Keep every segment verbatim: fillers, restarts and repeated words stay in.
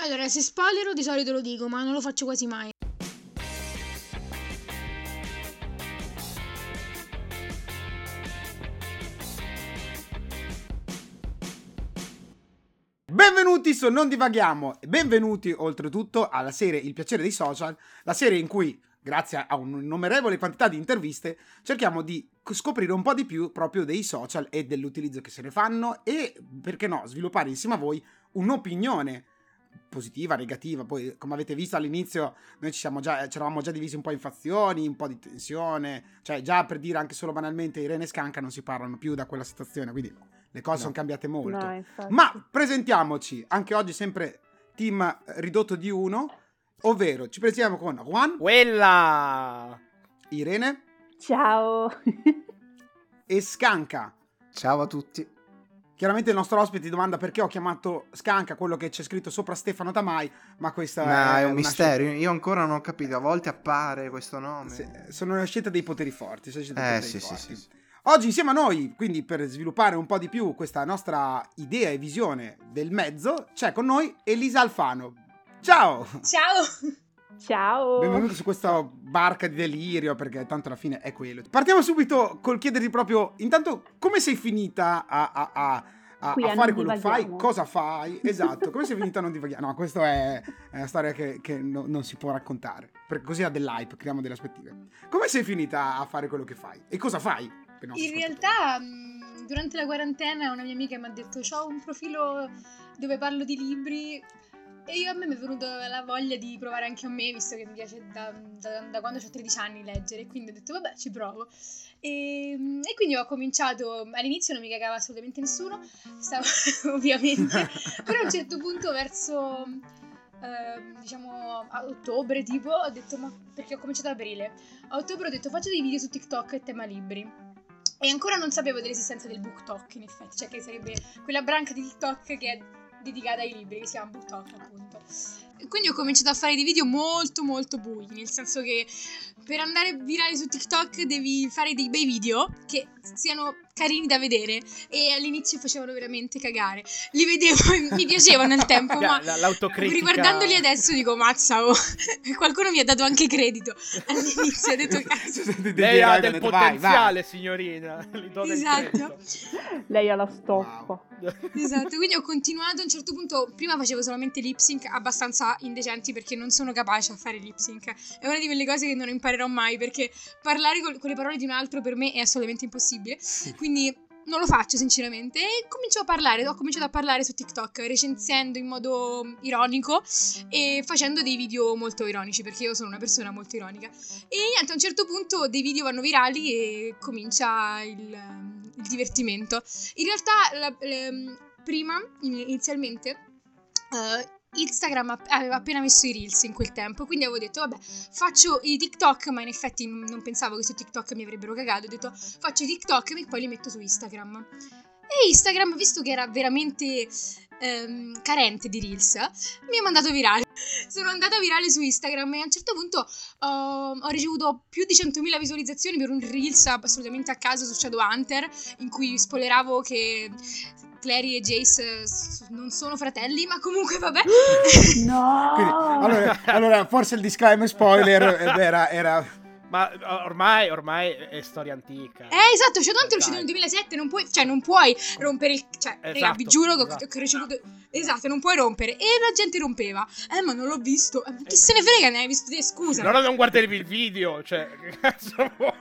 Allora, se spoilero di solito lo dico, ma non lo faccio quasi mai. Benvenuti su Non Divaghiamo e benvenuti oltretutto alla serie Il piacere dei social, la serie in cui, grazie a un'innumerevole quantità di interviste, cerchiamo di scoprire un po' di più proprio dei social e dell'utilizzo che se ne fanno e, perché no, sviluppare insieme a voi un'opinione positiva, negativa. Poi, come avete visto all'inizio, noi ci siamo già, ci eravamo già divisi un po' in fazioni, un po' di tensione, cioè già per dire anche solo banalmente Irene e Scanca non si parlano più da quella situazione, quindi le cose no. sono cambiate molto. No, ma presentiamoci, anche oggi sempre team ridotto di uno, ovvero ci presentiamo con Juan, quella Irene, ciao, e Scanca. Ciao a tutti. Chiaramente il nostro ospite domanda perché ho chiamato Scanca quello che c'è scritto sopra Stefano Tamai, ma questa no, è, è un misterio, scelta. Io ancora non ho capito, a volte appare questo nome. Se, sono una scelta dei poteri forti, sono scelta dei eh, poteri sì, forti. Sì, sì, sì. Oggi insieme a noi, quindi per sviluppare un po' di più questa nostra idea e visione del mezzo, c'è con noi Elisa Alfano. Ciao! Ciao! Ciao! Benvenuto su questa barca di delirio, perché tanto alla fine è quello. Partiamo subito col chiederti proprio, intanto, come sei finita a, a, a, a, a fare quello che fai? Cosa fai? Esatto, come sei finita a non divaghiare? No, questa è, è una storia che, che no, non si può raccontare, perché così ha dell'hype, creiamo delle aspettative. Come sei finita a fare quello che fai? E cosa fai? In realtà, durante la quarantena una mia amica mi ha detto c'ho un profilo dove parlo di libri e io, a me mi è venuta la voglia di provare anche a me, visto che mi piace da, da, da quando ho tredici anni leggere, quindi ho detto vabbè, ci provo. E, e quindi ho cominciato, all'inizio non mi cagava assolutamente nessuno, stavo ovviamente, però a un certo punto verso... Uh, diciamo a ottobre tipo ho detto, ma perché ho cominciato ad aprile a ottobre ho detto faccio dei video su TikTok e tema libri e ancora non sapevo dell'esistenza del BookTok, in effetti, cioè che sarebbe quella branca di TikTok che è dedicata ai libri, che si chiama BookTok appunto. E quindi ho cominciato a fare dei video molto molto bui, nel senso che per andare virale su TikTok devi fare dei bei video che siano carini da vedere e all'inizio facevano veramente cagare. Li vedevo e mi piacevano nel tempo, ma l'autocritica... riguardandoli adesso dico mazza, oh. Qualcuno mi ha dato anche credito all'inizio, ho detto cazzo. Lei ha del potenziale, vai. Signorina. Gli do esatto. Lei ha la stoffa. Wow. Esatto, quindi ho continuato. A un certo punto prima facevo solamente lip sync abbastanza indecenti perché non sono capace a fare lip sync. È una di quelle cose che non imparerò mai, perché parlare con, con le parole di un altro per me è assolutamente impossibile. Quindi non lo faccio sinceramente e comincio a parlare, ho cominciato a parlare su TikTok recensendo in modo ironico e facendo dei video molto ironici, perché io sono una persona molto ironica. E niente, a un certo punto dei video vanno virali e comincia il, il divertimento. In realtà la, la, prima inizialmente uh, Instagram aveva appena messo i Reels in quel tempo, quindi avevo detto vabbè, faccio i TikTok, ma in effetti non pensavo che su TikTok mi avrebbero cagato, ho detto faccio i TikTok e poi li metto su Instagram. E Instagram, visto che era veramente ehm, carente di Reels, mi ha mandato virale. Sono andata virale su Instagram e a un certo punto ho, ho ricevuto più di centomila visualizzazioni per un Reels assolutamente a caso su Shadowhunter, in cui spoileravo che Clary e Jace non sono fratelli, ma comunque vabbè. No! Quindi, allora, allora, forse il disclaimer spoiler era... era... Ma ormai, ormai è storia antica. Eh, esatto, Shadowhunter è uscito nel duemilasette, non puoi, cioè non puoi rompere il... Cioè, esatto, raga, vi giuro che, esatto. che ho ricevuto... Esatto, non puoi rompere. E la gente rompeva. Eh, ma non l'ho visto. Eh, chi se ne frega, ne hai visto te, scusa. Allora non guardavi il video, cioè, che cazzo vuoi?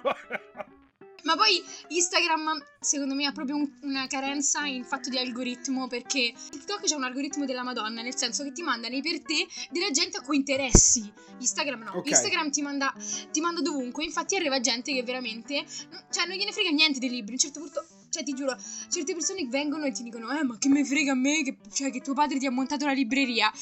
Ma poi Instagram secondo me ha proprio un, una carenza in fatto di algoritmo, perché TikTok c'è un algoritmo della Madonna, nel senso che ti manda nei per te della gente a cui interessi. Instagram no, okay. Instagram ti manda, ti manda dovunque, infatti arriva gente che veramente, cioè non gliene frega niente dei libri, a un certo punto, cioè ti giuro, certe persone vengono e ti dicono eh ma che me frega a me, che, cioè che tuo padre ti ha montato la libreria.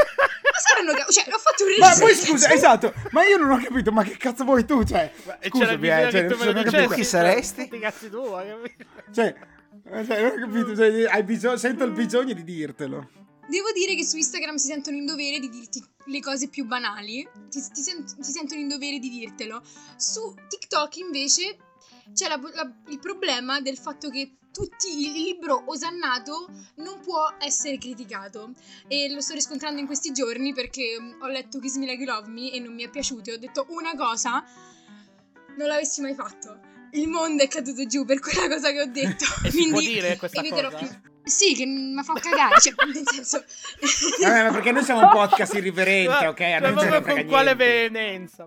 Ma saranno, cioè ho fatto un Ma poi scusa, esatto, ma io non ho capito, ma che cazzo vuoi tu, cioè scusami, eh, cioè, non ho capito chi saresti? Che cazzi tu, cioè, cioè, non ho capito, cioè, hai bisogno, sento il bisogno di dirtelo. Devo dire che su Instagram si sentono in dovere di dirti le cose più banali, ti, ti, sent- ti sentono in dovere di dirtelo. Su TikTok invece c'è la- la- il problema del fatto che tutti il libro osannato non può essere criticato, e lo sto riscontrando in questi giorni perché mm, ho letto Kiss Me Like You Love Me e non mi è piaciuto, e ho detto una cosa non l'avessi mai fatto, il mondo è caduto giù per quella cosa che ho detto. E si Quindi può dire questa eviterò cosa? più. Sì, che mi fa cagare, cioè nel senso Vabbè, ma perché noi siamo un podcast irriverente, ok? A noi Ma non ce ne proprio frega con quale niente. veemenza?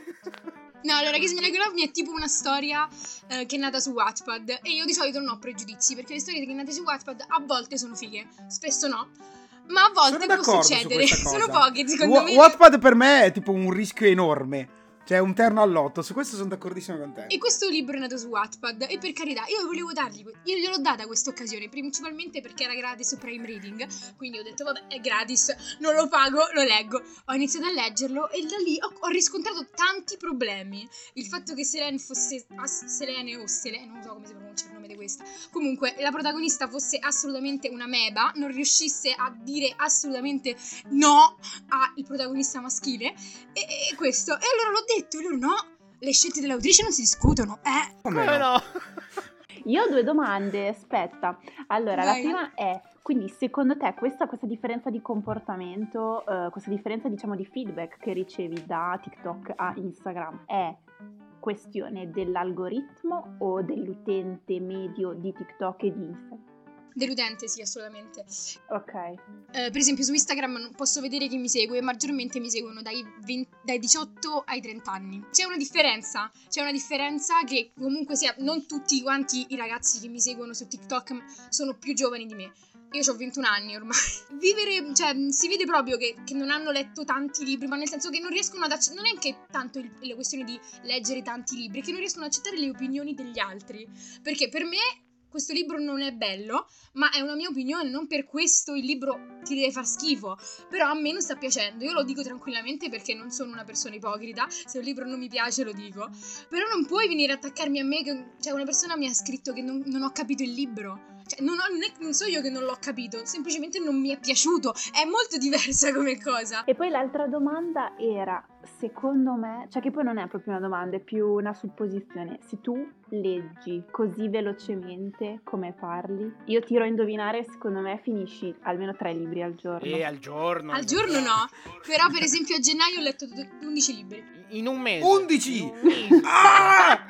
No, allora, Kiss Me Like You Love Me è tipo una storia eh, che è nata su Wattpad, e io di solito non ho pregiudizi perché le storie che nate su Wattpad a volte sono fighe, spesso no, ma a volte Sono può d'accordo su succedere. questa cosa. Sono poche, secondo Wa- me. Wattpad per me è tipo un rischio enorme. Cioè un terno all'otto, su questo sono d'accordissimo con te. E questo libro è nato su Wattpad, e per carità, io volevo dargli, io gliel'ho data questa occasione, principalmente perché era gratis su Prime Reading, quindi ho detto vabbè, è gratis, non lo pago, lo leggo. Ho iniziato a leggerlo e da lì ho, ho riscontrato tanti problemi. Il fatto che Selene fosse, As- Selene o Selene, non so come si pronuncia il nome di questa, comunque la protagonista fosse assolutamente una meba, non riuscisse a dire assolutamente no al protagonista maschile, e, e questo, e allora l'ho detto, e loro no, le scelte dell'autrice non si discutono, eh. Come Come no? no? Io ho due domande, aspetta. Allora, la Vai. prima è, quindi secondo te questa, questa differenza di comportamento, eh, questa differenza diciamo di feedback che ricevi da TikTok a Instagram è questione dell'algoritmo o dell'utente medio di TikTok e di Instagram? Dell'utente, sì, assolutamente. Ok. Eh, per esempio su Instagram non posso vedere chi mi segue, e maggiormente mi seguono dai, venti dai diciotto ai trenta anni. C'è una differenza, c'è una differenza che comunque sia, non tutti quanti i ragazzi che mi seguono su TikTok sono più giovani di me. Io ho ventuno anni ormai. Vivere, cioè, si vede proprio che, che non hanno letto tanti libri, ma nel senso che non riescono ad accettare, non è che tanto il, la questione di leggere tanti libri, è che non riescono ad accettare le opinioni degli altri. Perché per me questo libro non è bello, ma è una mia opinione, non per questo il libro ti deve far schifo. Però a me non sta piacendo, io lo dico tranquillamente perché non sono una persona ipocrita, se un libro non mi piace lo dico. Però non puoi venire a attaccarmi a me, che, cioè una persona mi ha scritto che non, non ho capito il libro. Cioè, non, ho, non, è, non so io che non l'ho capito, semplicemente non mi è piaciuto, è molto diversa come cosa. E poi l'altra domanda era, secondo me, cioè che poi non è proprio una domanda, è più una supposizione. Se tu leggi così velocemente come parli, io tiro a indovinare, secondo me finisci almeno tre libri al giorno. E al giorno. Al giorno no, però per esempio a gennaio ho letto undici libri. In un mese. undici! In un mese. Ah!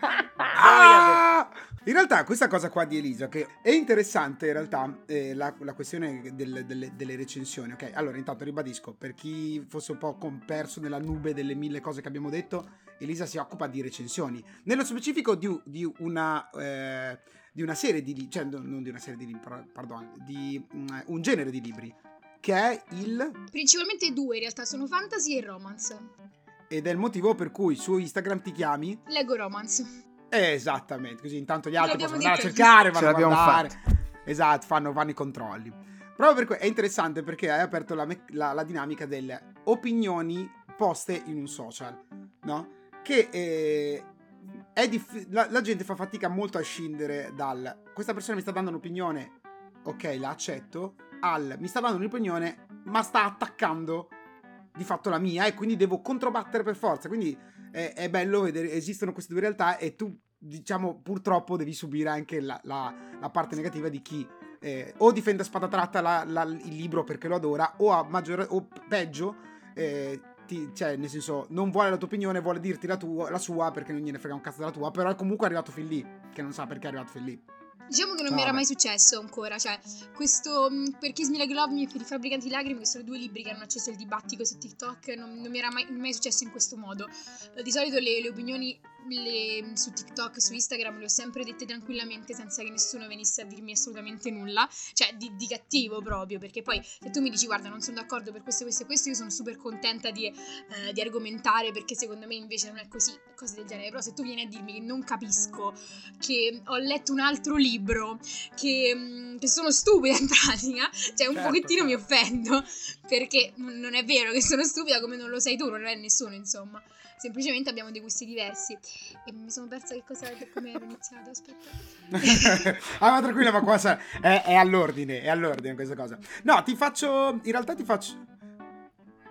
Ah! In realtà questa cosa qua di Elisa, che è interessante in realtà, eh, la, la questione del- delle, delle recensioni, ok? Allora intanto ribadisco, per chi fosse un po' comperso nella nube delle mille cose che abbiamo detto, Elisa si occupa di recensioni, nello specifico di, di una eh, di una serie di libri, cioè no- non di una serie di libri, pardon, di mm, un genere di libri, che è il... Principalmente due in realtà, sono fantasy e romance. ed è il motivo per cui su Instagram ti chiami... Leggo romance. Eh, esattamente, così intanto gli altri L'abbiamo possono andare a detto. cercare, Ce vanno a l'abbiamo guardare. Esatto, fanno, fanno i controlli. Proprio per questo è interessante, perché hai aperto la, me- la- la dinamica delle opinioni poste in un social, no? Che eh, è diff- la, la gente fa fatica molto a scindere dal questa persona mi sta dando un'opinione, ok, la accetto, al mi sta dando un'opinione ma sta attaccando di fatto la mia e quindi devo controbattere per forza. Quindi è, è bello vedere, esistono queste due realtà e tu, diciamo, purtroppo devi subire anche la, la, la parte negativa di chi eh, o difende a spada tratta la, la, il libro perché lo adora, o a maggiore o peggio eh, ti, cioè nel senso non vuole la tua opinione, vuole dirti la tua, la sua, perché non gliene frega un cazzo della tua, però è comunque arrivato fin lì, che non sa perché è arrivato fin lì. Diciamo che non Ah, mi era beh. mai successo ancora, cioè questo mh, per Kiss Me Like You Love Me e per I Fabbricanti di Lacrime, che sono due libri che hanno acceso il dibattito su TikTok, non, non mi era mai, mai successo in questo modo. Eh, Di solito le, le opinioni le- su TikTok, su Instagram le ho sempre dette tranquillamente senza che nessuno venisse a dirmi assolutamente nulla, cioè di, di cattivo proprio, perché poi se tu mi dici guarda non sono d'accordo per questo, questo e questo, io sono super contenta di, eh, di argomentare, perché secondo me invece non è così, cose del genere. Però se tu vieni a dirmi che non capisco, che ho letto un altro libro, che, mh, che sono stupida in pratica, cioè un Certo, pochettino mi certo. offendo, perché non non è vero che sono stupida, come non lo sei tu, non lo è nessuno, insomma, semplicemente abbiamo dei gusti diversi. E mi sono persa che cosa, come era iniziato, aspetta. Ah, ma tranquilla, ma qua sa- è, è all'ordine, è all'ordine questa cosa. No, ti faccio, in realtà ti faccio...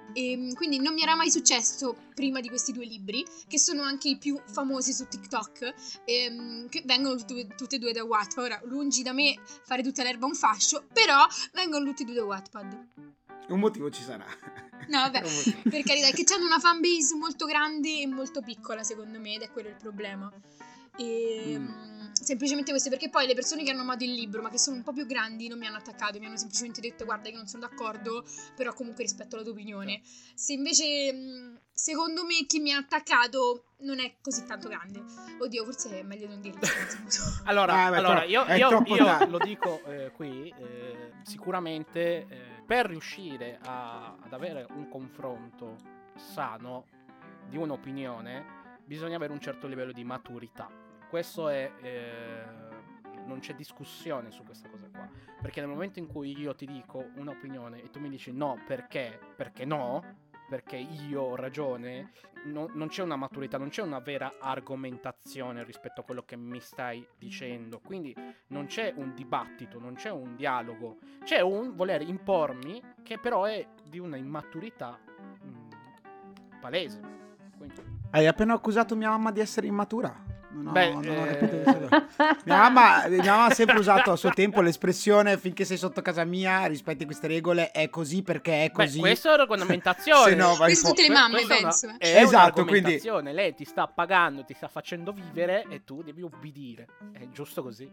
E quindi non mi era mai successo prima di questi due libri, che sono anche i più famosi su TikTok, ehm, che vengono tutti, tutti e due da Wattpad. Ora, lungi da me fare tutta l'erba un fascio, però vengono tutti e due da Wattpad. Un motivo ci sarà. No, vabbè, per carità, è che hanno una fanbase molto grande e molto piccola, secondo me, ed è quello il problema. E mm. semplicemente questo, perché poi le persone che hanno amato il libro ma che sono un po' più grandi non mi hanno attaccato, mi hanno semplicemente detto guarda che non sono d'accordo, però comunque rispetto la tua opinione. Se invece secondo me chi mi ha attaccato non è così tanto grande, oddio forse è meglio non dirlo. allora, ah, beh, allora io, io, io lo dico eh, qui eh, sicuramente eh, per riuscire a, ad avere un confronto sano di un'opinione bisogna avere un certo livello di maturità. Questo è eh, non c'è discussione su questa cosa qua, perché nel momento in cui io ti dico un'opinione e tu mi dici no perché perché no perché io ho ragione, no, non c'è una maturità, non c'è una vera argomentazione rispetto a quello che mi stai dicendo, quindi non c'è un dibattito, non c'è un dialogo, c'è un voler impormi che però è di una immaturità mh, palese. Quindi. Hai appena accusato mia mamma di essere immatura? Non ho, Beh, non eh... ho capito. Mia mamma, mia mamma ha sempre usato a suo tempo l'espressione finché sei sotto casa mia rispetti queste regole, è così perché è così. Beh, questa è regolamentazione. Se no, vai questo tutte le mamme penso. una, è esatto, quindi lei ti sta pagando, ti sta facendo vivere e tu devi obbedire. È giusto così.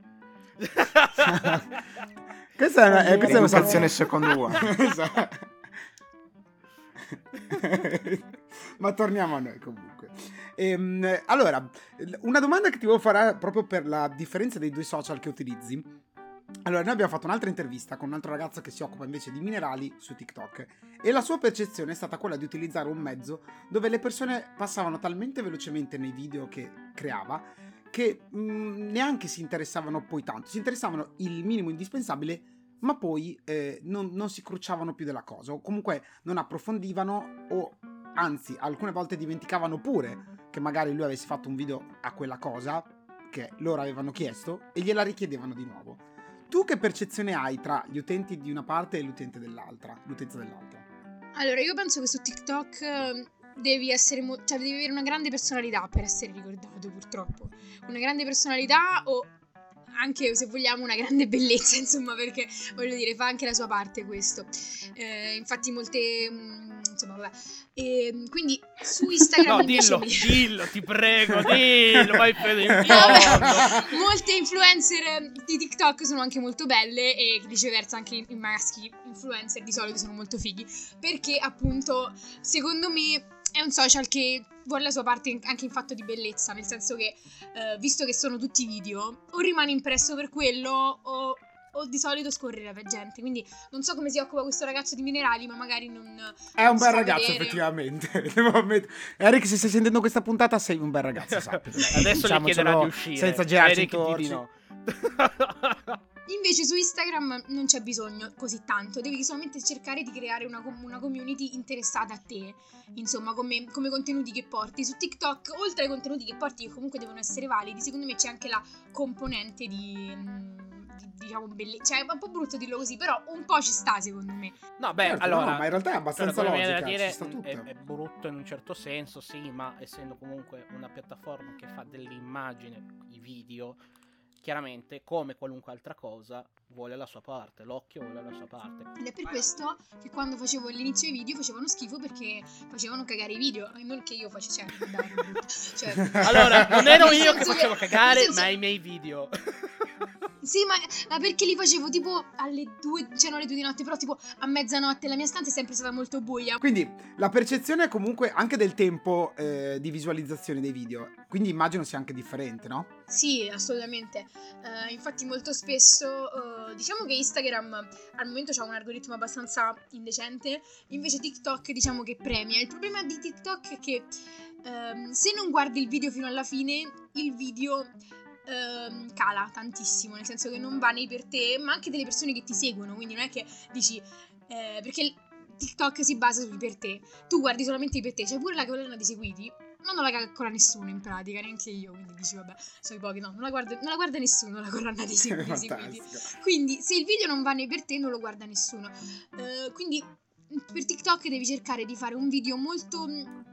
Questa è una, è, questa è una sanzione secondo uomo. Esatto. Ma torniamo a noi comunque. Ehm, allora, una domanda che ti volevo fare proprio per la differenza dei due social che utilizzi. Allora, noi abbiamo fatto un'altra intervista con un altro ragazzo che si occupa invece di minerali su TikTok e la sua percezione è stata quella di utilizzare un mezzo dove le persone passavano talmente velocemente nei video che creava che mh, neanche si interessavano poi tanto, si interessavano il minimo indispensabile, ma poi eh, non, non si crucciavano più della cosa, o comunque non approfondivano, o anzi alcune volte dimenticavano pure che magari lui avesse fatto un video a quella cosa che loro avevano chiesto e gliela richiedevano di nuovo. Tu che percezione hai tra gli utenti di una parte e l'utente dell'altra, l'utenza dell'altra? Allora, io penso che su TikTok devi essere mo- cioè devi avere una grande personalità per essere ricordato, purtroppo. Una grande personalità o anche, se vogliamo, una grande bellezza, insomma, perché voglio dire, fa anche la sua parte questo. Eh, infatti molte mh, insomma, vabbè. E, quindi su Instagram no, dillo, invece... dillo, ti prego, dillo, vai per il no, molte influencer di TikTok sono anche molto belle e viceversa anche i maschi influencer di solito sono molto fighi, perché appunto secondo me è un social che vuole la sua parte anche in fatto di bellezza, nel senso che eh, visto che sono tutti video, o rimane impresso per quello o, o di solito scorre la gente. Quindi non so come si occupa questo ragazzo di minerali, ma magari non è non un bel ragazzo vedere. Effettivamente. Eric, se stai sentendo questa puntata sei un bel ragazzo, sappi. Adesso gli chiederà di uscire senza girarci Eric, intorno. di no. Invece su Instagram non c'è bisogno così tanto, devi solamente cercare di creare una, com- una community interessata a te, insomma, come, come contenuti che porti. Su TikTok, oltre ai contenuti che porti, che comunque devono essere validi, secondo me c'è anche la componente di, di diciamo, bellezza. Cioè, è un po' brutto dirlo così, però un po' ci sta, secondo me. No, beh, certo, allora... no, ma in realtà è abbastanza allora, logica, da dire, ci sta tutto. È, è brutto in un certo senso, sì, ma essendo comunque una piattaforma che fa dell'immagine, i video... Chiaramente, come qualunque altra cosa, vuole la sua parte, l'occhio vuole la sua parte. Ed è per questo che quando facevo all'inizio i video facevano schifo, perché facevano cagare i video. E non che io facessi, cioè, dai, cioè, allora, non ero io che senso facevo che, cagare, senso... ma i miei video. Sì, ma, ma perché li facevo tipo alle due, cioè non alle due di notte, però tipo a mezzanotte. La mia stanza è sempre stata molto buia. Quindi la percezione è comunque anche del tempo eh, di visualizzazione dei video. Quindi immagino sia anche differente, no? Sì, assolutamente. Uh, infatti molto spesso uh, diciamo che Instagram al momento ha un algoritmo abbastanza indecente, invece TikTok diciamo che premia. Il problema di TikTok è che uh, se non guardi il video fino alla fine, il video uh, cala tantissimo, nel senso che non va né per te ma anche delle persone che ti seguono, quindi non è che dici eh, perché TikTok si basa sui per te, tu guardi solamente i per te, c'è pure la collana di seguiti. Ma non la calcola nessuno in pratica, neanche io, quindi dici vabbè, sono i pochi, no, non la guarda, non la guarda nessuno la colonna dei seguiti. Quindi se il video non va né per te non lo guarda nessuno. Uh, quindi per TikTok devi cercare di fare un video molto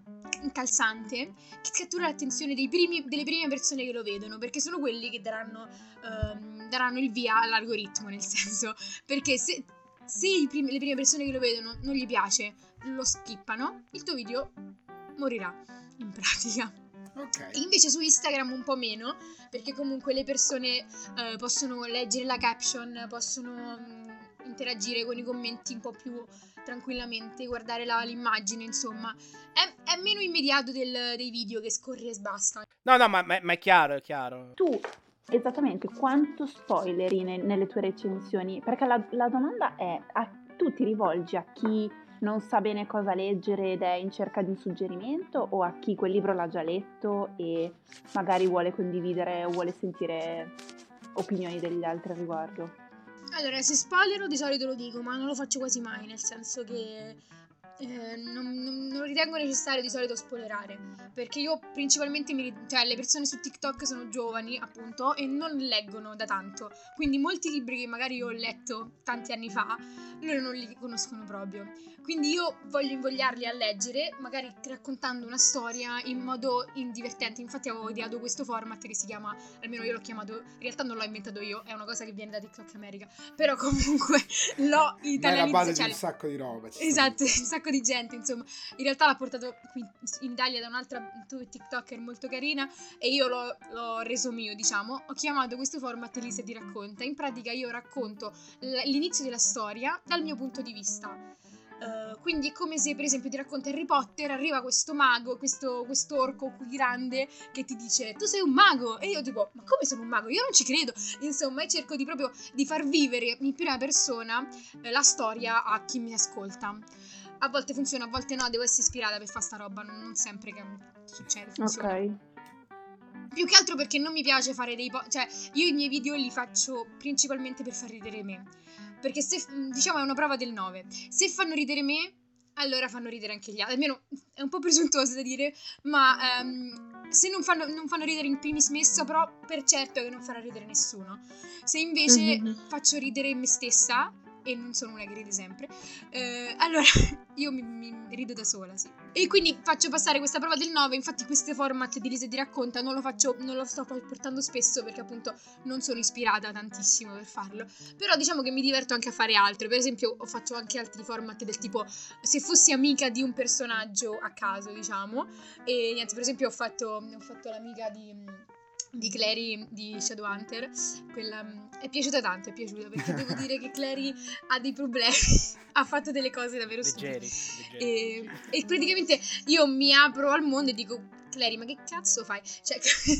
incalzante che cattura l'attenzione dei primi, delle prime persone che lo vedono, perché sono quelli che daranno, ehm, daranno il via all'algoritmo, nel senso, perché se, se i primi, le prime persone che lo vedono non gli piace, lo skippano, il tuo video morirà in pratica. Ok. Invece su Instagram un po' meno, perché comunque le persone eh, possono leggere la caption, possono mh, interagire con i commenti un po' più tranquillamente, guardare la, l'immagine, insomma è, è meno immediato del, dei video che scorri e basta. No, no, ma, ma, ma è chiaro, è chiaro. Tu esattamente quanto spoileri ne- nelle tue recensioni? Perché la, la domanda è, a, tu ti rivolgi a chi non sa bene cosa leggere ed è in cerca di un suggerimento, o a chi quel libro l'ha già letto e magari vuole condividere o vuole sentire opinioni degli altri a riguardo? Allora, se spoilero di solito lo dico, ma non lo faccio quasi mai, nel senso che eh, non, non, non ritengo necessario di solito spoilerare, perché io principalmente mi, cioè le persone su TikTok sono giovani, appunto, e non leggono da tanto, quindi molti libri che magari io ho letto tanti anni fa loro non li conoscono proprio, quindi io voglio invogliarli a leggere, magari raccontando una storia in modo divertente. Infatti avevo ideato questo format che si chiama, almeno io l'ho chiamato, in realtà non l'ho inventato io, è una cosa che viene da TikTok America, però comunque l'ho Ma è la italianizzato, base cioè, di un sacco di roba. ci sta. esatto, un sacco di gente, insomma. In realtà l'ha portato qui in Italia da un'altra TikToker molto carina e io l'ho, l'ho reso mio, diciamo. Ho chiamato questo format Elisa ti racconta. In pratica io racconto l- l'inizio della storia dal mio punto di vista. Uh, quindi è come se, per esempio, ti racconta Harry Potter, arriva questo mago, questo questo orco grande che ti dice tu sei un mago, e io tipo ma come sono un mago? Io non ci credo. Insomma, e cerco di proprio di far vivere in prima persona eh, la storia a chi mi ascolta. A volte funziona, a volte no, devo essere ispirata per fare sta roba, non, non sempre che succede, funziona. Ok. Più che altro perché non mi piace fare dei po- cioè io i miei video li faccio principalmente per far ridere me, perché se, diciamo, è una prova del nove, se fanno ridere me allora fanno ridere anche gli altri, almeno è un po' presuntuoso da dire, ma ehm, se non fanno, non fanno ridere in primis me saprò per certo che non farà ridere nessuno. Se invece Mhm. faccio ridere me stessa, e non sono una che ride sempre, eh, allora io mi, mi rido da sola, sì. E quindi faccio passare questa prova del nove. Infatti questo format di Lisa ti racconta non lo faccio, non lo sto portando spesso perché appunto non sono ispirata tantissimo per farlo, però diciamo che mi diverto anche a fare altro. Per esempio faccio anche altri format del tipo se fossi amica di un personaggio a caso, diciamo, e niente, per esempio ho fatto, ho fatto l'amica di di Clary di Shadowhunter, quella è piaciuta tanto, è piaciuta perché devo dire che Clary ha dei problemi, ha fatto delle cose davvero stupide. Leggeri, leggeri. E, e praticamente io mi apro al mondo e dico Clary ma che cazzo fai? Cioè,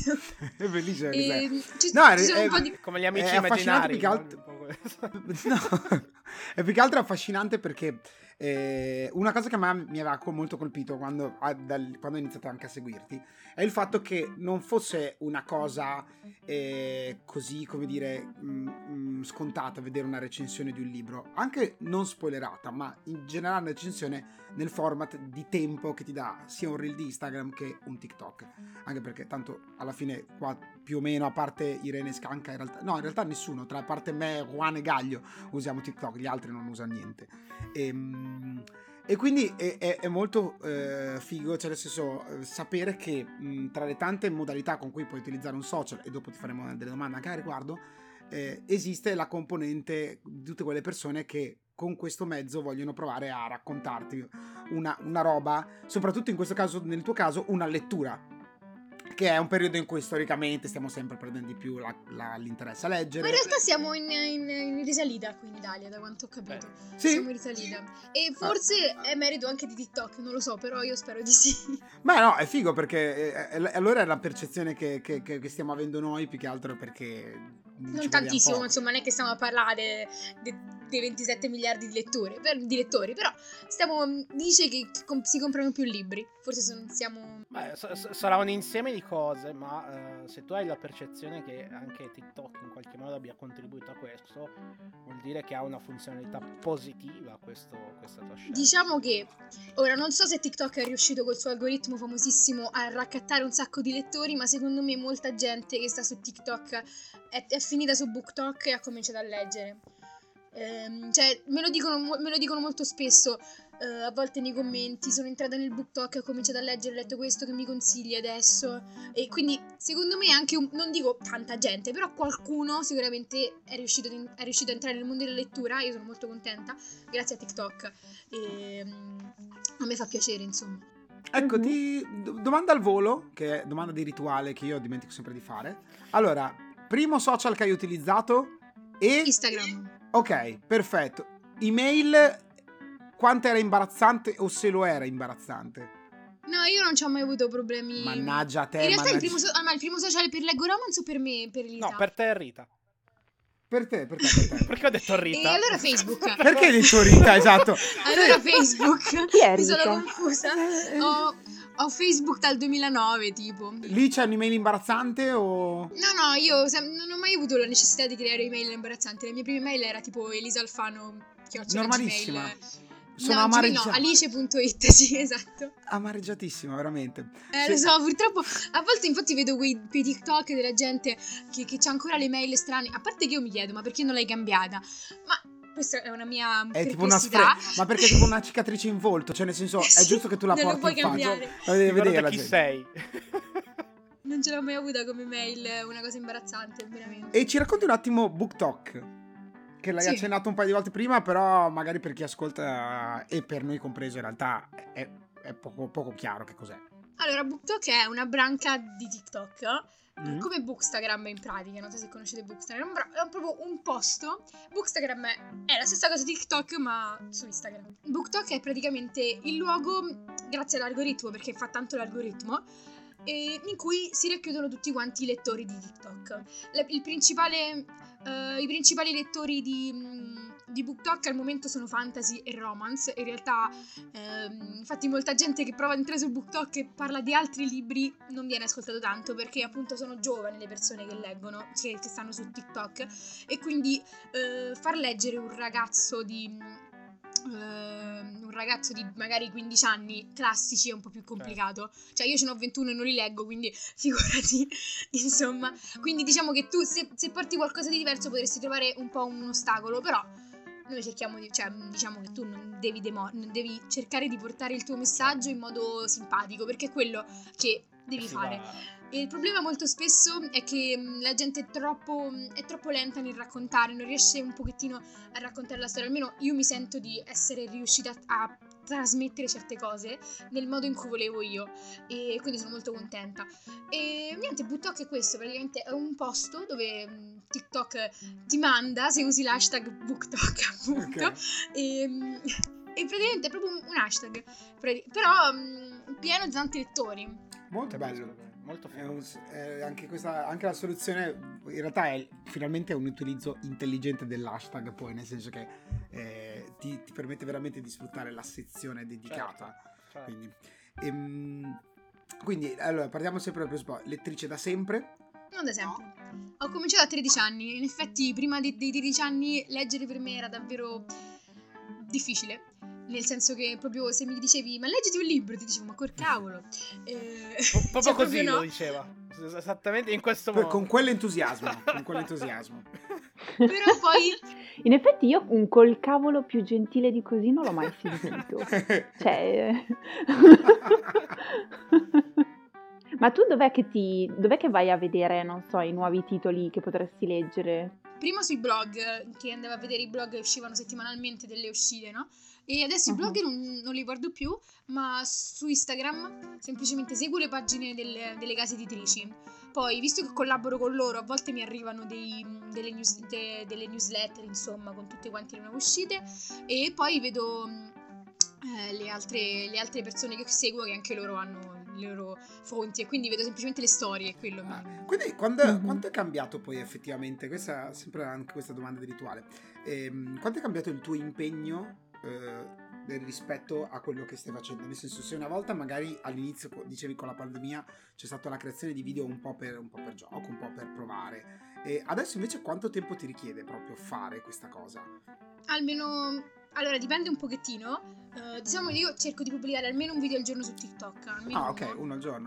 È bellissimo. e, ci, No, è- ci sono è- un po' di... Come gli amici È affascinante immaginari. più che no? altro- No, è più che altro affascinante perché eh, una cosa che a me mi aveva co- molto colpito quando, a- dal- quando ho iniziato anche a seguirti è il fatto che non fosse una cosa eh, così, come dire, mh, mh, scontata vedere una recensione di un libro, anche non spoilerata, ma in generale una recensione nel format di tempo che ti dà sia un reel di Instagram che un TikTok, anche perché tanto alla fine qua più o meno, a parte Irene Scanca, in realtà no, in realtà nessuno, tra parte me, Juan e Gaglio usiamo TikTok, gli altri non usano niente. E, e quindi è, è, è molto eh, figo, cioè nel senso eh, sapere che mh, tra le tante modalità con cui puoi utilizzare un social, e dopo ti faremo delle domande anche a riguardo, eh, esiste la componente di tutte quelle persone che con questo mezzo vogliono provare a raccontarti una, una roba, soprattutto in questo caso, nel tuo caso, una lettura, che è un periodo in cui storicamente stiamo sempre perdendo di più la, la, l'interesse a leggere. Ma in realtà siamo in, in, in risalita qui in Italia, da quanto ho capito. Beh, sì? Siamo in risalita. E forse Ah. è merito anche di TikTok, non lo so, però io spero di sì. Beh no, è figo perché eh, eh, allora è la percezione che, che, che stiamo avendo noi, più che altro perché Non tantissimo, insomma, non è che stiamo a parlare dei ventisette miliardi di lettori, per, di lettori, però stiamo, dice che com- si comprano più libri, forse sono, siamo... Beh, s- s- sarà un insieme di cose, ma eh, se tu hai la percezione che anche TikTok in qualche modo abbia contribuito a questo, vuol dire che ha una funzionalità positiva questo, questa tua scelta. Diciamo che, ora non so se TikTok è riuscito col suo algoritmo famosissimo a raccattare un sacco di lettori, ma secondo me molta gente che sta su TikTok è, è finita su BookTok e ha cominciato a leggere. Ehm, cioè, me lo dicono, me lo dicono molto spesso. uh, a volte nei commenti, sono entrata nel BookTok e ho cominciato a leggere, ho letto questo che mi consigli adesso, e quindi secondo me anche, un, non dico tanta gente, però qualcuno sicuramente è riuscito, in, è riuscito a entrare nel mondo della lettura. Io sono molto contenta, grazie a TikTok, e um, a me fa piacere, insomma. Ecco, Mhm. ti do- domanda al volo, che è domanda di rituale che io dimentico sempre di fare. Allora, primo social che hai utilizzato e... Instagram. Ok, perfetto. Email, quanto era imbarazzante o se lo era imbarazzante? No, io non ci ho mai avuto problemi. Mannaggia a te, In realtà il mannaggia- primo, so- ah, ma il primo social per Leggo Romance o per me, per Elisa? No, per te Rita. Per te, per te, per te. Perché ho detto Rita? E allora Facebook. Perché hai detto Rita, esatto? Allora Facebook. Chi è Mi sono Rita? confusa. Ho, ho Facebook dal duemilanove, tipo. Lì c'è un'email imbarazzante o... No, no, io sem- non ho mai avuto la necessità di creare email imbarazzanti. La mia prima email era tipo elisalfano chiocciola Normalissima. Gmail. Sono no, Gmail no, amareggiato. alice punto it, sì, esatto. Amareggiatissima, veramente. Eh, Sì. lo so, purtroppo a volte infatti vedo quei, quei TikTok della gente che, che c'ha ancora le mail strane. A parte che io mi chiedo, ma perché non l'hai cambiata? Ma questa è una mia È tipo una perplessità. spre- ma perché è tipo una cicatrice in volto, cioè nel senso è Sì, giusto che tu la non lo porti puoi in faccia. cambiare. La devi Ti guarda vedere la chi gente. sei. Non ce l'ho mai avuta come mail, una cosa imbarazzante, veramente. E ci racconti un attimo BookTok, che l'hai Sì. accennato un paio di volte prima, però magari per chi ascolta e per noi compreso in realtà è, è poco, poco chiaro che cos'è. Allora, BookTok è una branca di TikTok, Mm. come Bookstagram in pratica, non so se conoscete Bookstagram, però è proprio un posto. Bookstagram è, è la stessa cosa di TikTok ma su Instagram. BookTok è praticamente il luogo, grazie all'algoritmo, perché fa tanto l'algoritmo, e in cui si racchiudono tutti quanti i lettori di TikTok. La- il principale, eh, I principali lettori di, mm, di BookTok al momento sono fantasy e romance. In realtà, ehm, infatti, molta gente che prova ad entrare su BookTok e parla di altri libri non viene ascoltato tanto, perché appunto sono giovani le persone che leggono, che, che stanno su TikTok, e quindi eh, far leggere un ragazzo di... ehm, un ragazzo di magari quindici anni classici è un po' più complicato. Cioè io ce n'ho ventuno e non li leggo, quindi figurati. Insomma, quindi diciamo che tu se, se porti qualcosa di diverso potresti trovare un po' un ostacolo, però noi cerchiamo di, cioè diciamo che tu non devi demo- non devi cercare di portare il tuo messaggio in modo simpatico, perché è quello che devi Si fare. va- E il problema molto spesso è che mh, la gente è troppo, mh, è troppo lenta nel raccontare, non riesce un pochettino a raccontare la storia. Almeno io mi sento di essere riuscita a, a trasmettere certe cose nel modo in cui volevo io, e quindi sono molto contenta. E niente, BookTok è questo, praticamente è un posto dove mh, TikTok ti manda, se usi l'hashtag BookTok appunto, Ok. e, mh, e praticamente è proprio un, un hashtag, prati- però mh, pieno di tanti lettori. Molto bello. Capisco, molto È figo. un- è anche, questa, anche la soluzione in realtà è finalmente un utilizzo intelligente dell'hashtag, poi nel senso che eh, ti, ti permette veramente di sfruttare la sezione dedicata. Certo. Quindi, ehm, quindi allora partiamo sempre dal presupposto. Lettrice da sempre? Non da sempre. Ho cominciato a tredici anni. In effetti, prima dei, dei tredici anni, leggere per me era davvero difficile. Nel senso che proprio se mi dicevi, ma leggiti un libro, ti dicevo, ma col cavolo. Eh, Po- proprio cioè, così no. lo diceva. Es- Esattamente in questo Per- modo. con quell'entusiasmo, con quell'entusiasmo. Però poi, In effetti io un col cavolo più gentile di così non l'ho mai sentito. Cioè... Ma tu dov'è che ti... dov'è che vai a vedere, non so, i nuovi titoli che potresti leggere? prima sui blog, che andavo a vedere i blog che uscivano settimanalmente delle uscite, no? E adesso Uh-huh. i blog non, non li guardo più, ma su Instagram semplicemente seguo le pagine delle, delle case editrici. Poi, visto che collaboro con loro, a volte mi arrivano dei, delle, news, de- delle newsletter, insomma, con tutte quante le nuove uscite, e poi vedo eh, le, altre, le altre persone che seguo, che anche loro hanno le loro fonti, e quindi vedo semplicemente le storie, quello mi... Ah, quindi quando, Mhm. quanto è cambiato poi effettivamente, questa è sempre anche questa domanda di rituale, ehm, quanto è cambiato il tuo impegno eh, del- rispetto a quello che stai facendo? Nel senso, se una volta magari all'inizio co- dicevi con la pandemia c'è stata la creazione di video un po' per, un po' per gioco, un po' per provare, e adesso invece quanto tempo ti richiede proprio fare questa cosa? Almeno, allora dipende un pochettino. Eh, diciamo che io cerco di pubblicare almeno un video al giorno su TikTok. Almeno Ah, ok, uno. uno al giorno.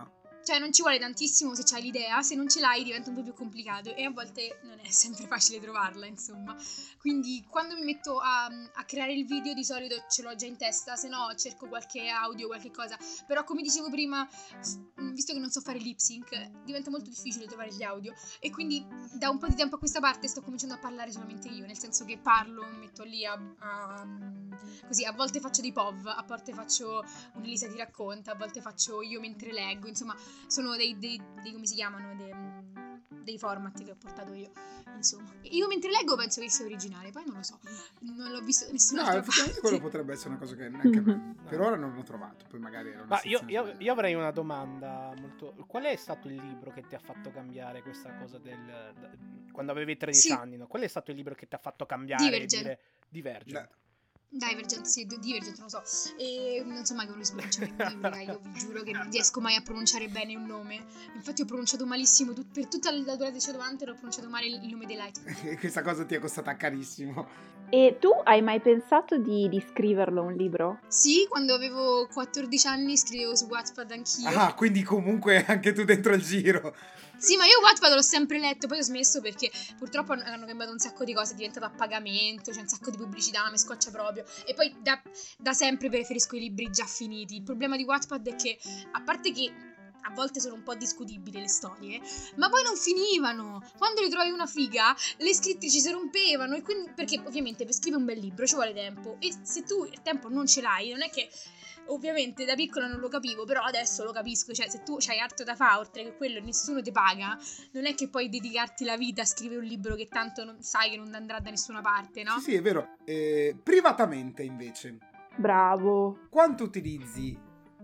cioè non ci vuole tantissimo se c'hai l'idea, se non ce l'hai diventa un po' più complicato e a volte non è sempre facile trovarla, insomma. Quindi quando mi metto a, a creare il video di solito ce l'ho già in testa, se no cerco qualche audio, qualche cosa. Però come dicevo prima, visto che non so fare lip sync, diventa molto difficile trovare gli audio e quindi da un po' di tempo a questa parte sto cominciando a parlare solamente io, nel senso che parlo, metto lì a, a così, a volte faccio dei P O V, a volte faccio un'Elisa ti racconta, a volte faccio io mentre leggo, insomma sono dei, dei, dei come si chiamano, dei, dei format che ho portato io, insomma. Io mentre leggo penso che sia originale, poi non lo so, non l'ho visto da nessuna No, altra effettivamente parte. quello potrebbe essere una cosa che neanche a me, per ora non l'ho trovato, poi magari era una Ma io, sezione io, sbagliata. io avrei una domanda molto... Qual è stato il libro che ti ha fatto cambiare questa cosa del... d- quando avevi tredici Sì. anni, no? Qual è stato il libro che ti ha fatto cambiare Divergent. e dire Divergent? Divergent, sì, Divergent, non lo so. E non so mai come si pronuncia il libro, eh, io vi giuro che non riesco mai a pronunciare bene un nome. Infatti ho pronunciato malissimo, tut- per tutta la durata di Shadowhunter ho pronunciato male il, il nome dei Light. Questa cosa ti è costata carissimo. E tu hai mai pensato di, di scriverlo un libro? Sì, quando avevo quattordici anni scrivevo su Wattpad anch'io. Ah, quindi comunque anche tu dentro il giro. Sì, ma io Wattpad l'ho sempre letto, poi ho smesso perché purtroppo hanno hanno cambiato un sacco di cose, è diventato a pagamento, c'è un sacco di pubblicità, mi scoccia proprio. E poi da, da sempre preferisco i libri già finiti. Il problema di Wattpad è che, a parte che a volte sono un po' discutibili le storie, ma poi non finivano. Quando ne trovavi una figa, le scrittrici si rompevano e quindi, perché ovviamente per scrivere un bel libro ci vuole tempo e se tu il tempo non ce l'hai, non è che... Ovviamente da piccola non lo capivo, però adesso lo capisco, cioè se tu c'hai altro da fare oltre che quello e nessuno ti paga, non è che puoi dedicarti la vita a scrivere un libro che tanto non, sai che non andrà da nessuna parte, no? Sì, sì, è vero. Eh, privatamente, invece, Bravo. quanto utilizzi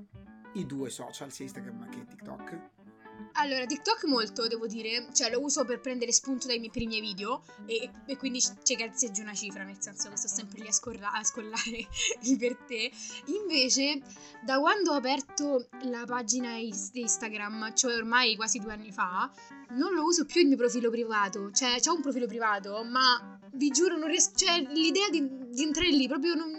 i due social, sia Instagram che TikTok? Allora, TikTok molto, devo dire, cioè lo uso per prendere spunto dai miei, per i miei video e, e quindi ci calzeggio una cifra, nel senso che sto sempre lì a, scorra- a scollare i per te. Invece, da quando ho aperto la pagina is- di Instagram, cioè ormai quasi due anni fa, non lo uso più il mio profilo privato, cioè c'ho un profilo privato, ma vi giuro non riesco, cioè l'idea di, di entrare lì proprio non...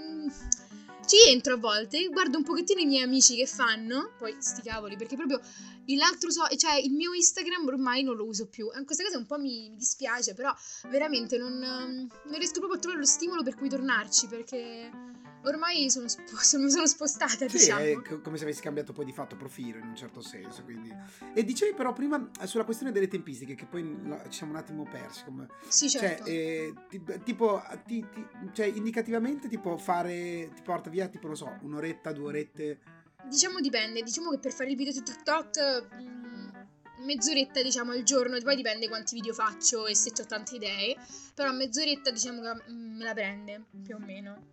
Ci entro a volte, guardo un pochettino i miei amici che fanno, poi sti cavoli, perché proprio l'altro so, cioè il mio Instagram ormai non lo uso più. E questa cosa un po' mi, mi dispiace, però veramente non, non riesco proprio a trovare lo stimolo per cui tornarci, perché ormai sono, sp- sono, sono spostata, Sì, diciamo. è co- come se avessi cambiato poi di fatto profilo in un certo senso, quindi... E dicevi però prima eh, sulla questione delle tempistiche, che poi la- ci siamo un attimo persi, come... Sì, certo. Cioè, eh, ti- tipo, ti, ti- cioè, indicativamente ti può fare, ti porta via, tipo, non so, un'oretta, due orette... Diciamo dipende, diciamo che per fare il video su TikTok mh, mezz'oretta diciamo al giorno, poi dipende quanti video faccio e se ho tante idee, però mezz'oretta diciamo che mh, me la prende più o meno.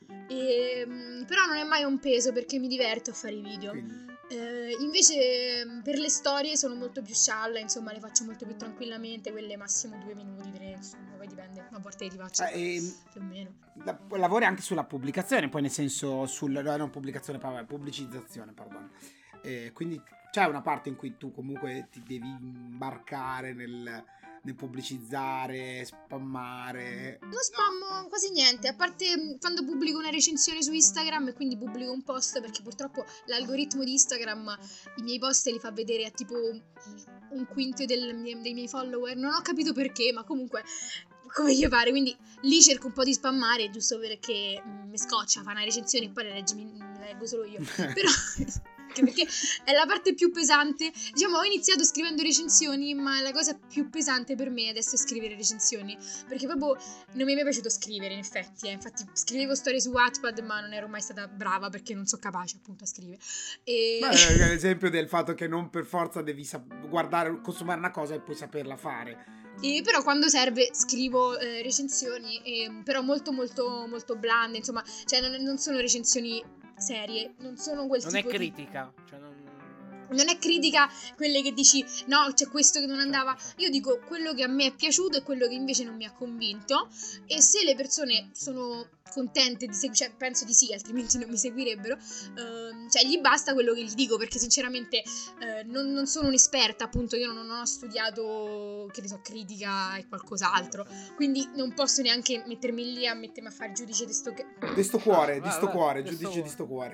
E, mh, però non è mai un peso perché mi diverto a fare i video. Quindi... Eh, invece mh, per le storie sono molto più scialla, insomma le faccio molto più tranquillamente, quelle massimo due minuti, tre, insomma poi dipende, a volte ti faccio Eh, e- più o meno. la- lavori anche sulla pubblicazione, poi nel senso sulla no, non pubblicazione, vabbè, pubblicizzazione, perdono. Eh, quindi c'è una parte in cui tu comunque ti devi imbarcare nel, nel pubblicizzare, spammare. Non spammo quasi niente, a parte mh, quando pubblico una recensione su Instagram e quindi pubblico un post perché purtroppo l'algoritmo di Instagram i miei post li fa vedere a tipo un quinto del mie- dei miei follower. Non ho capito perché, ma comunque come gli pare, quindi lì cerco un po' di spammare giusto perché mh, mi scoccia, fa una recensione e poi la, leggi- la leggo solo io. Però anche perché è la parte più pesante. Diciamo, ho iniziato scrivendo recensioni, ma la cosa più pesante per me adesso è scrivere recensioni, perché proprio non mi è mai piaciuto scrivere, in effetti. Eh. Infatti scrivevo storie su Wattpad, ma non ero mai stata brava perché non sono capace appunto a scrivere. E... Beh, è l'esempio del fatto che non per forza devi sap- guardare, consumare una cosa e poi saperla fare. E però quando serve scrivo eh, recensioni, e, però molto molto molto blande, insomma, cioè non, non sono recensioni serie, non sono quel Non è tipo di... critica, cioè non... Non è critica quelle che dici no, c'è questo che non andava. Io dico quello che a me è piaciuto e quello che invece non mi ha convinto. E se le persone sono contente di seguire, cioè penso di sì, altrimenti non mi seguirebbero, ehm, cioè gli basta quello che gli dico, perché sinceramente eh, non, non sono un'esperta, appunto, io non, non ho studiato, che ne so, critica e qualcos'altro, quindi non posso neanche mettermi lì a mettermi a fare il giudice di sto che... Di sto cuore, Ah, di sto va, cuore, va, giudice questo- di sto cuore.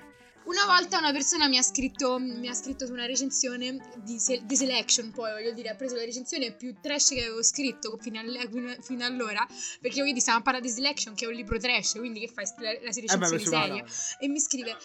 Una volta una persona mi ha scritto mi ha scritto su una recensione di Se- The Selection, poi voglio dire, ha preso la recensione più trash che avevo scritto fino, al- fino- fino allora, perché vedi, stiamo a parlare di The Selection, che è un libro trash, quindi che fai, la, la Eh beh, recensione sì, seria. ma- E mi scrive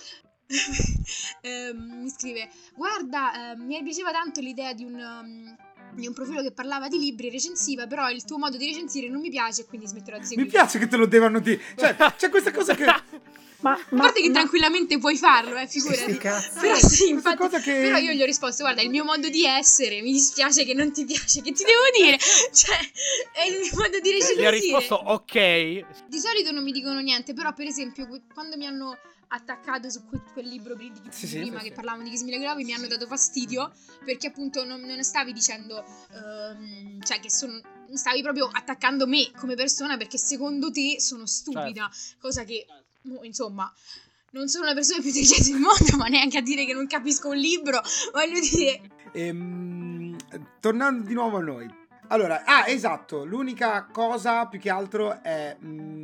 ehm, mi scrive guarda, ehm, mi piaceva tanto l'idea di un um, di un profilo che parlava di libri e recensiva, però il tuo modo di recensire non mi piace, quindi smetterò di Mi seguire. piace che te lo devono dire. Cioè, c'è questa cosa che... Ma, A ma, parte che ma- tranquillamente puoi farlo, eh, Sti figurati. cazzi. Però sì, Questa infatti, cosa che- però io gli ho risposto, guarda, è il mio modo di essere, mi dispiace che non ti piace, che ti devo dire? Cioè, è il mio modo di Gli ha recensire. risposto ok. Di solito non mi dicono niente, però per esempio que- quando mi hanno attaccato su quel, quel libro di, di Sì, sì, prima sì, che sì. parlavano di Kiss Me Like Love, mi hanno dato fastidio perché appunto non, non stavi dicendo, ehm, cioè che sono, stavi proprio attaccando me come persona perché secondo te sono stupida, cosa che, mo, insomma, non sono la persona più intelligente del mondo, ma neanche a dire che non capisco un libro, voglio dire. Ehm, tornando di nuovo a noi. Allora, ah, esatto, l'unica cosa più che altro è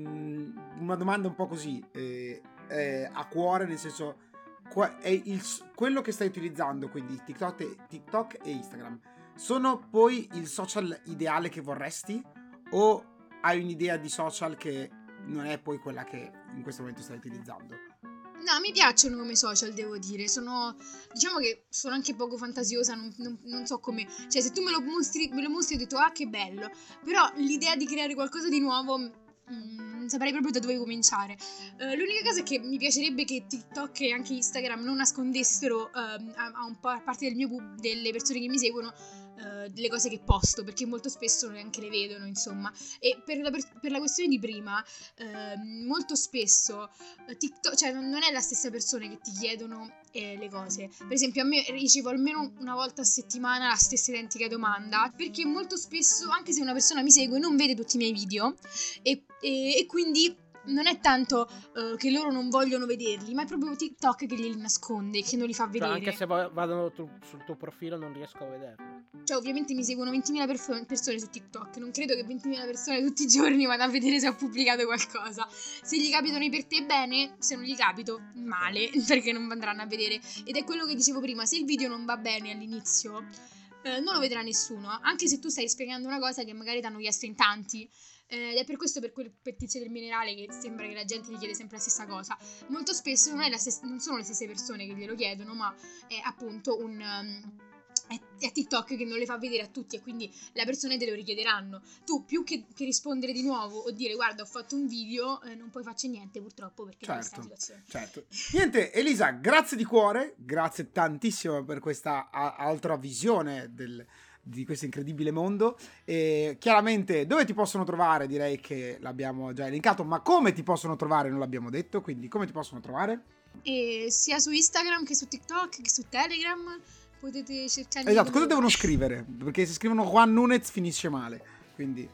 mm, una domanda un po' così, eh, eh, a cuore, nel senso, qua- è il, quello che stai utilizzando, quindi TikTok e, TikTok e Instagram, sono poi il social ideale che vorresti o hai un'idea di social che non è poi quella che in questo momento stai utilizzando? No, mi piacciono come social, devo dire. Sono, diciamo che sono anche poco fantasiosa, non, non- non so come. Cioè, se tu me lo mostri, me lo mostri, ho detto, ah, che bello. Però l'idea di creare qualcosa di nuovo, mm, non saprei proprio da dove cominciare. Eh, l'unica cosa è che mi piacerebbe che TikTok e anche Instagram non nascondessero ehm, a, a un po' a parte del mio pub- delle persone che mi seguono eh, delle cose che posto, perché molto spesso neanche le vedono, insomma. E per la, per- per la questione di prima, ehm, molto spesso eh, TikTok, cioè non, non è la stessa persona che ti chiedono eh, le cose. Per esempio, a me ricevo almeno una volta a settimana la stessa identica domanda, perché molto spesso, anche se una persona mi segue, non vede tutti i miei video e, e- e quindi non è tanto eh, che loro non vogliono vederli, ma è proprio TikTok che glieli nasconde, che non li fa Cioè, vedere. anche se va- vadano tu- sul tuo profilo non riesco a vederlo. Cioè, ovviamente mi seguono ventimila perf- persone su TikTok. Non credo che ventimila persone tutti i giorni vadano a vedere se ho pubblicato qualcosa. Se gli capitano i per te, bene. Se non gli capito, male, perché non andranno a vedere. Ed è quello che dicevo prima: se il video non va bene all'inizio, eh, non lo vedrà nessuno. Anche se tu stai spiegando una cosa che magari ti hanno chiesto in tanti. Eh, Ed è per questo, per quel per Tizio del Minerale, che sembra che la gente gli chiede sempre la stessa cosa. Molto spesso non, è la stessa- non sono le stesse persone che glielo chiedono, ma è appunto un. um, è, è TikTok che non le fa vedere a tutti e quindi le persone te lo richiederanno. Tu più che, che rispondere di nuovo o dire guarda ho fatto un video, eh, non puoi farci niente purtroppo perché è questa Certo, situazione. certo. Niente, Elisa, grazie di cuore, grazie tantissimo per questa a- altra visione del- di questo incredibile mondo. E chiaramente dove ti possono trovare, direi che l'abbiamo già elencato, ma come ti possono trovare non l'abbiamo detto, quindi come ti possono trovare? E sia su Instagram che su TikTok che su Telegram potete cercare Esatto, di cosa devono scrivere? Perché se scrivono Juan Nunez finisce male, quindi...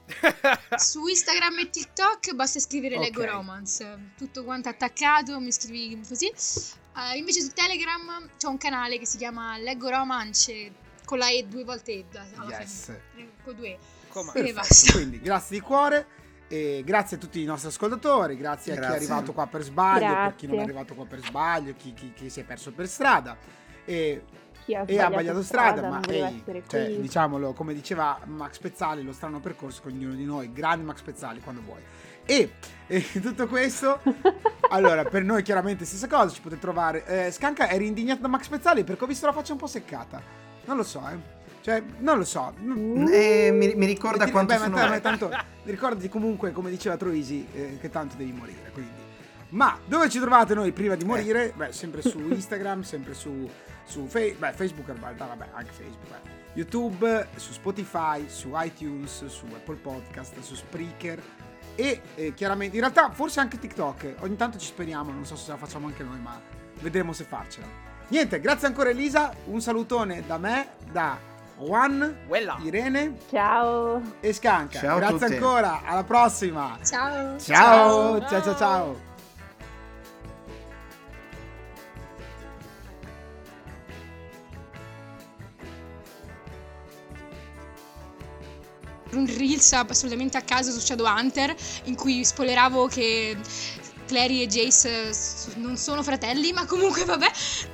su Instagram e TikTok basta scrivere Ok. Leggo Romance, tutto quanto attaccato, mi scrivi così. Eh, invece su Telegram c'è un canale che si chiama Leggo Romance con la E due volte E alla Yes. fine, con due E. Come? E Perfetto, basta. quindi grazie di cuore. E grazie a tutti i nostri ascoltatori, grazie a chi è Grazie. arrivato qua per sbaglio, per chi non è Grazie. arrivato qua per sbaglio, chi, chi- chi si è perso per strada e, Chi ha e ha sbagliato strada, non ma voleva ehi, essere cioè, qui. diciamolo, come diceva Max Pezzali, lo strano percorso con ognuno di noi, grande Max Pezzali quando vuoi. E, e tutto questo, allora per noi chiaramente stessa cosa, ci potete trovare. eh, Scanca, eri indignato da Max Pezzali perché ho visto la faccia un po' seccata, non lo so, eh. Cioè, non lo so. Mm. Eh, mi, mi ricorda Metti- quanto beh, ma sono t- ma vecchio. tanto ricordati comunque, come diceva Troisi, eh, che tanto devi morire, quindi. Ma dove ci trovate noi prima di morire? Beh, sempre su Instagram, sempre su, su Fe- beh, Facebook, in realtà, vabbè, anche Facebook, eh. YouTube, su Spotify, su iTunes, su Apple Podcast, su Spreaker e eh, chiaramente, in realtà forse anche TikTok. Ogni tanto ci speriamo, non so se la facciamo anche noi, ma vedremo se farcela. Niente, grazie ancora Elisa, un salutone da me, da Juan, Quella. Irene Ciao. e Scanca. Ciao a Grazie tutti. ancora, alla prossima. Ciao. Ciao, Ciao. ciao, ciao, ciao. Un reels assolutamente a caso su Shadowhunter in cui spoileravo che Clary e Jace eh, s- non sono fratelli, ma comunque vabbè,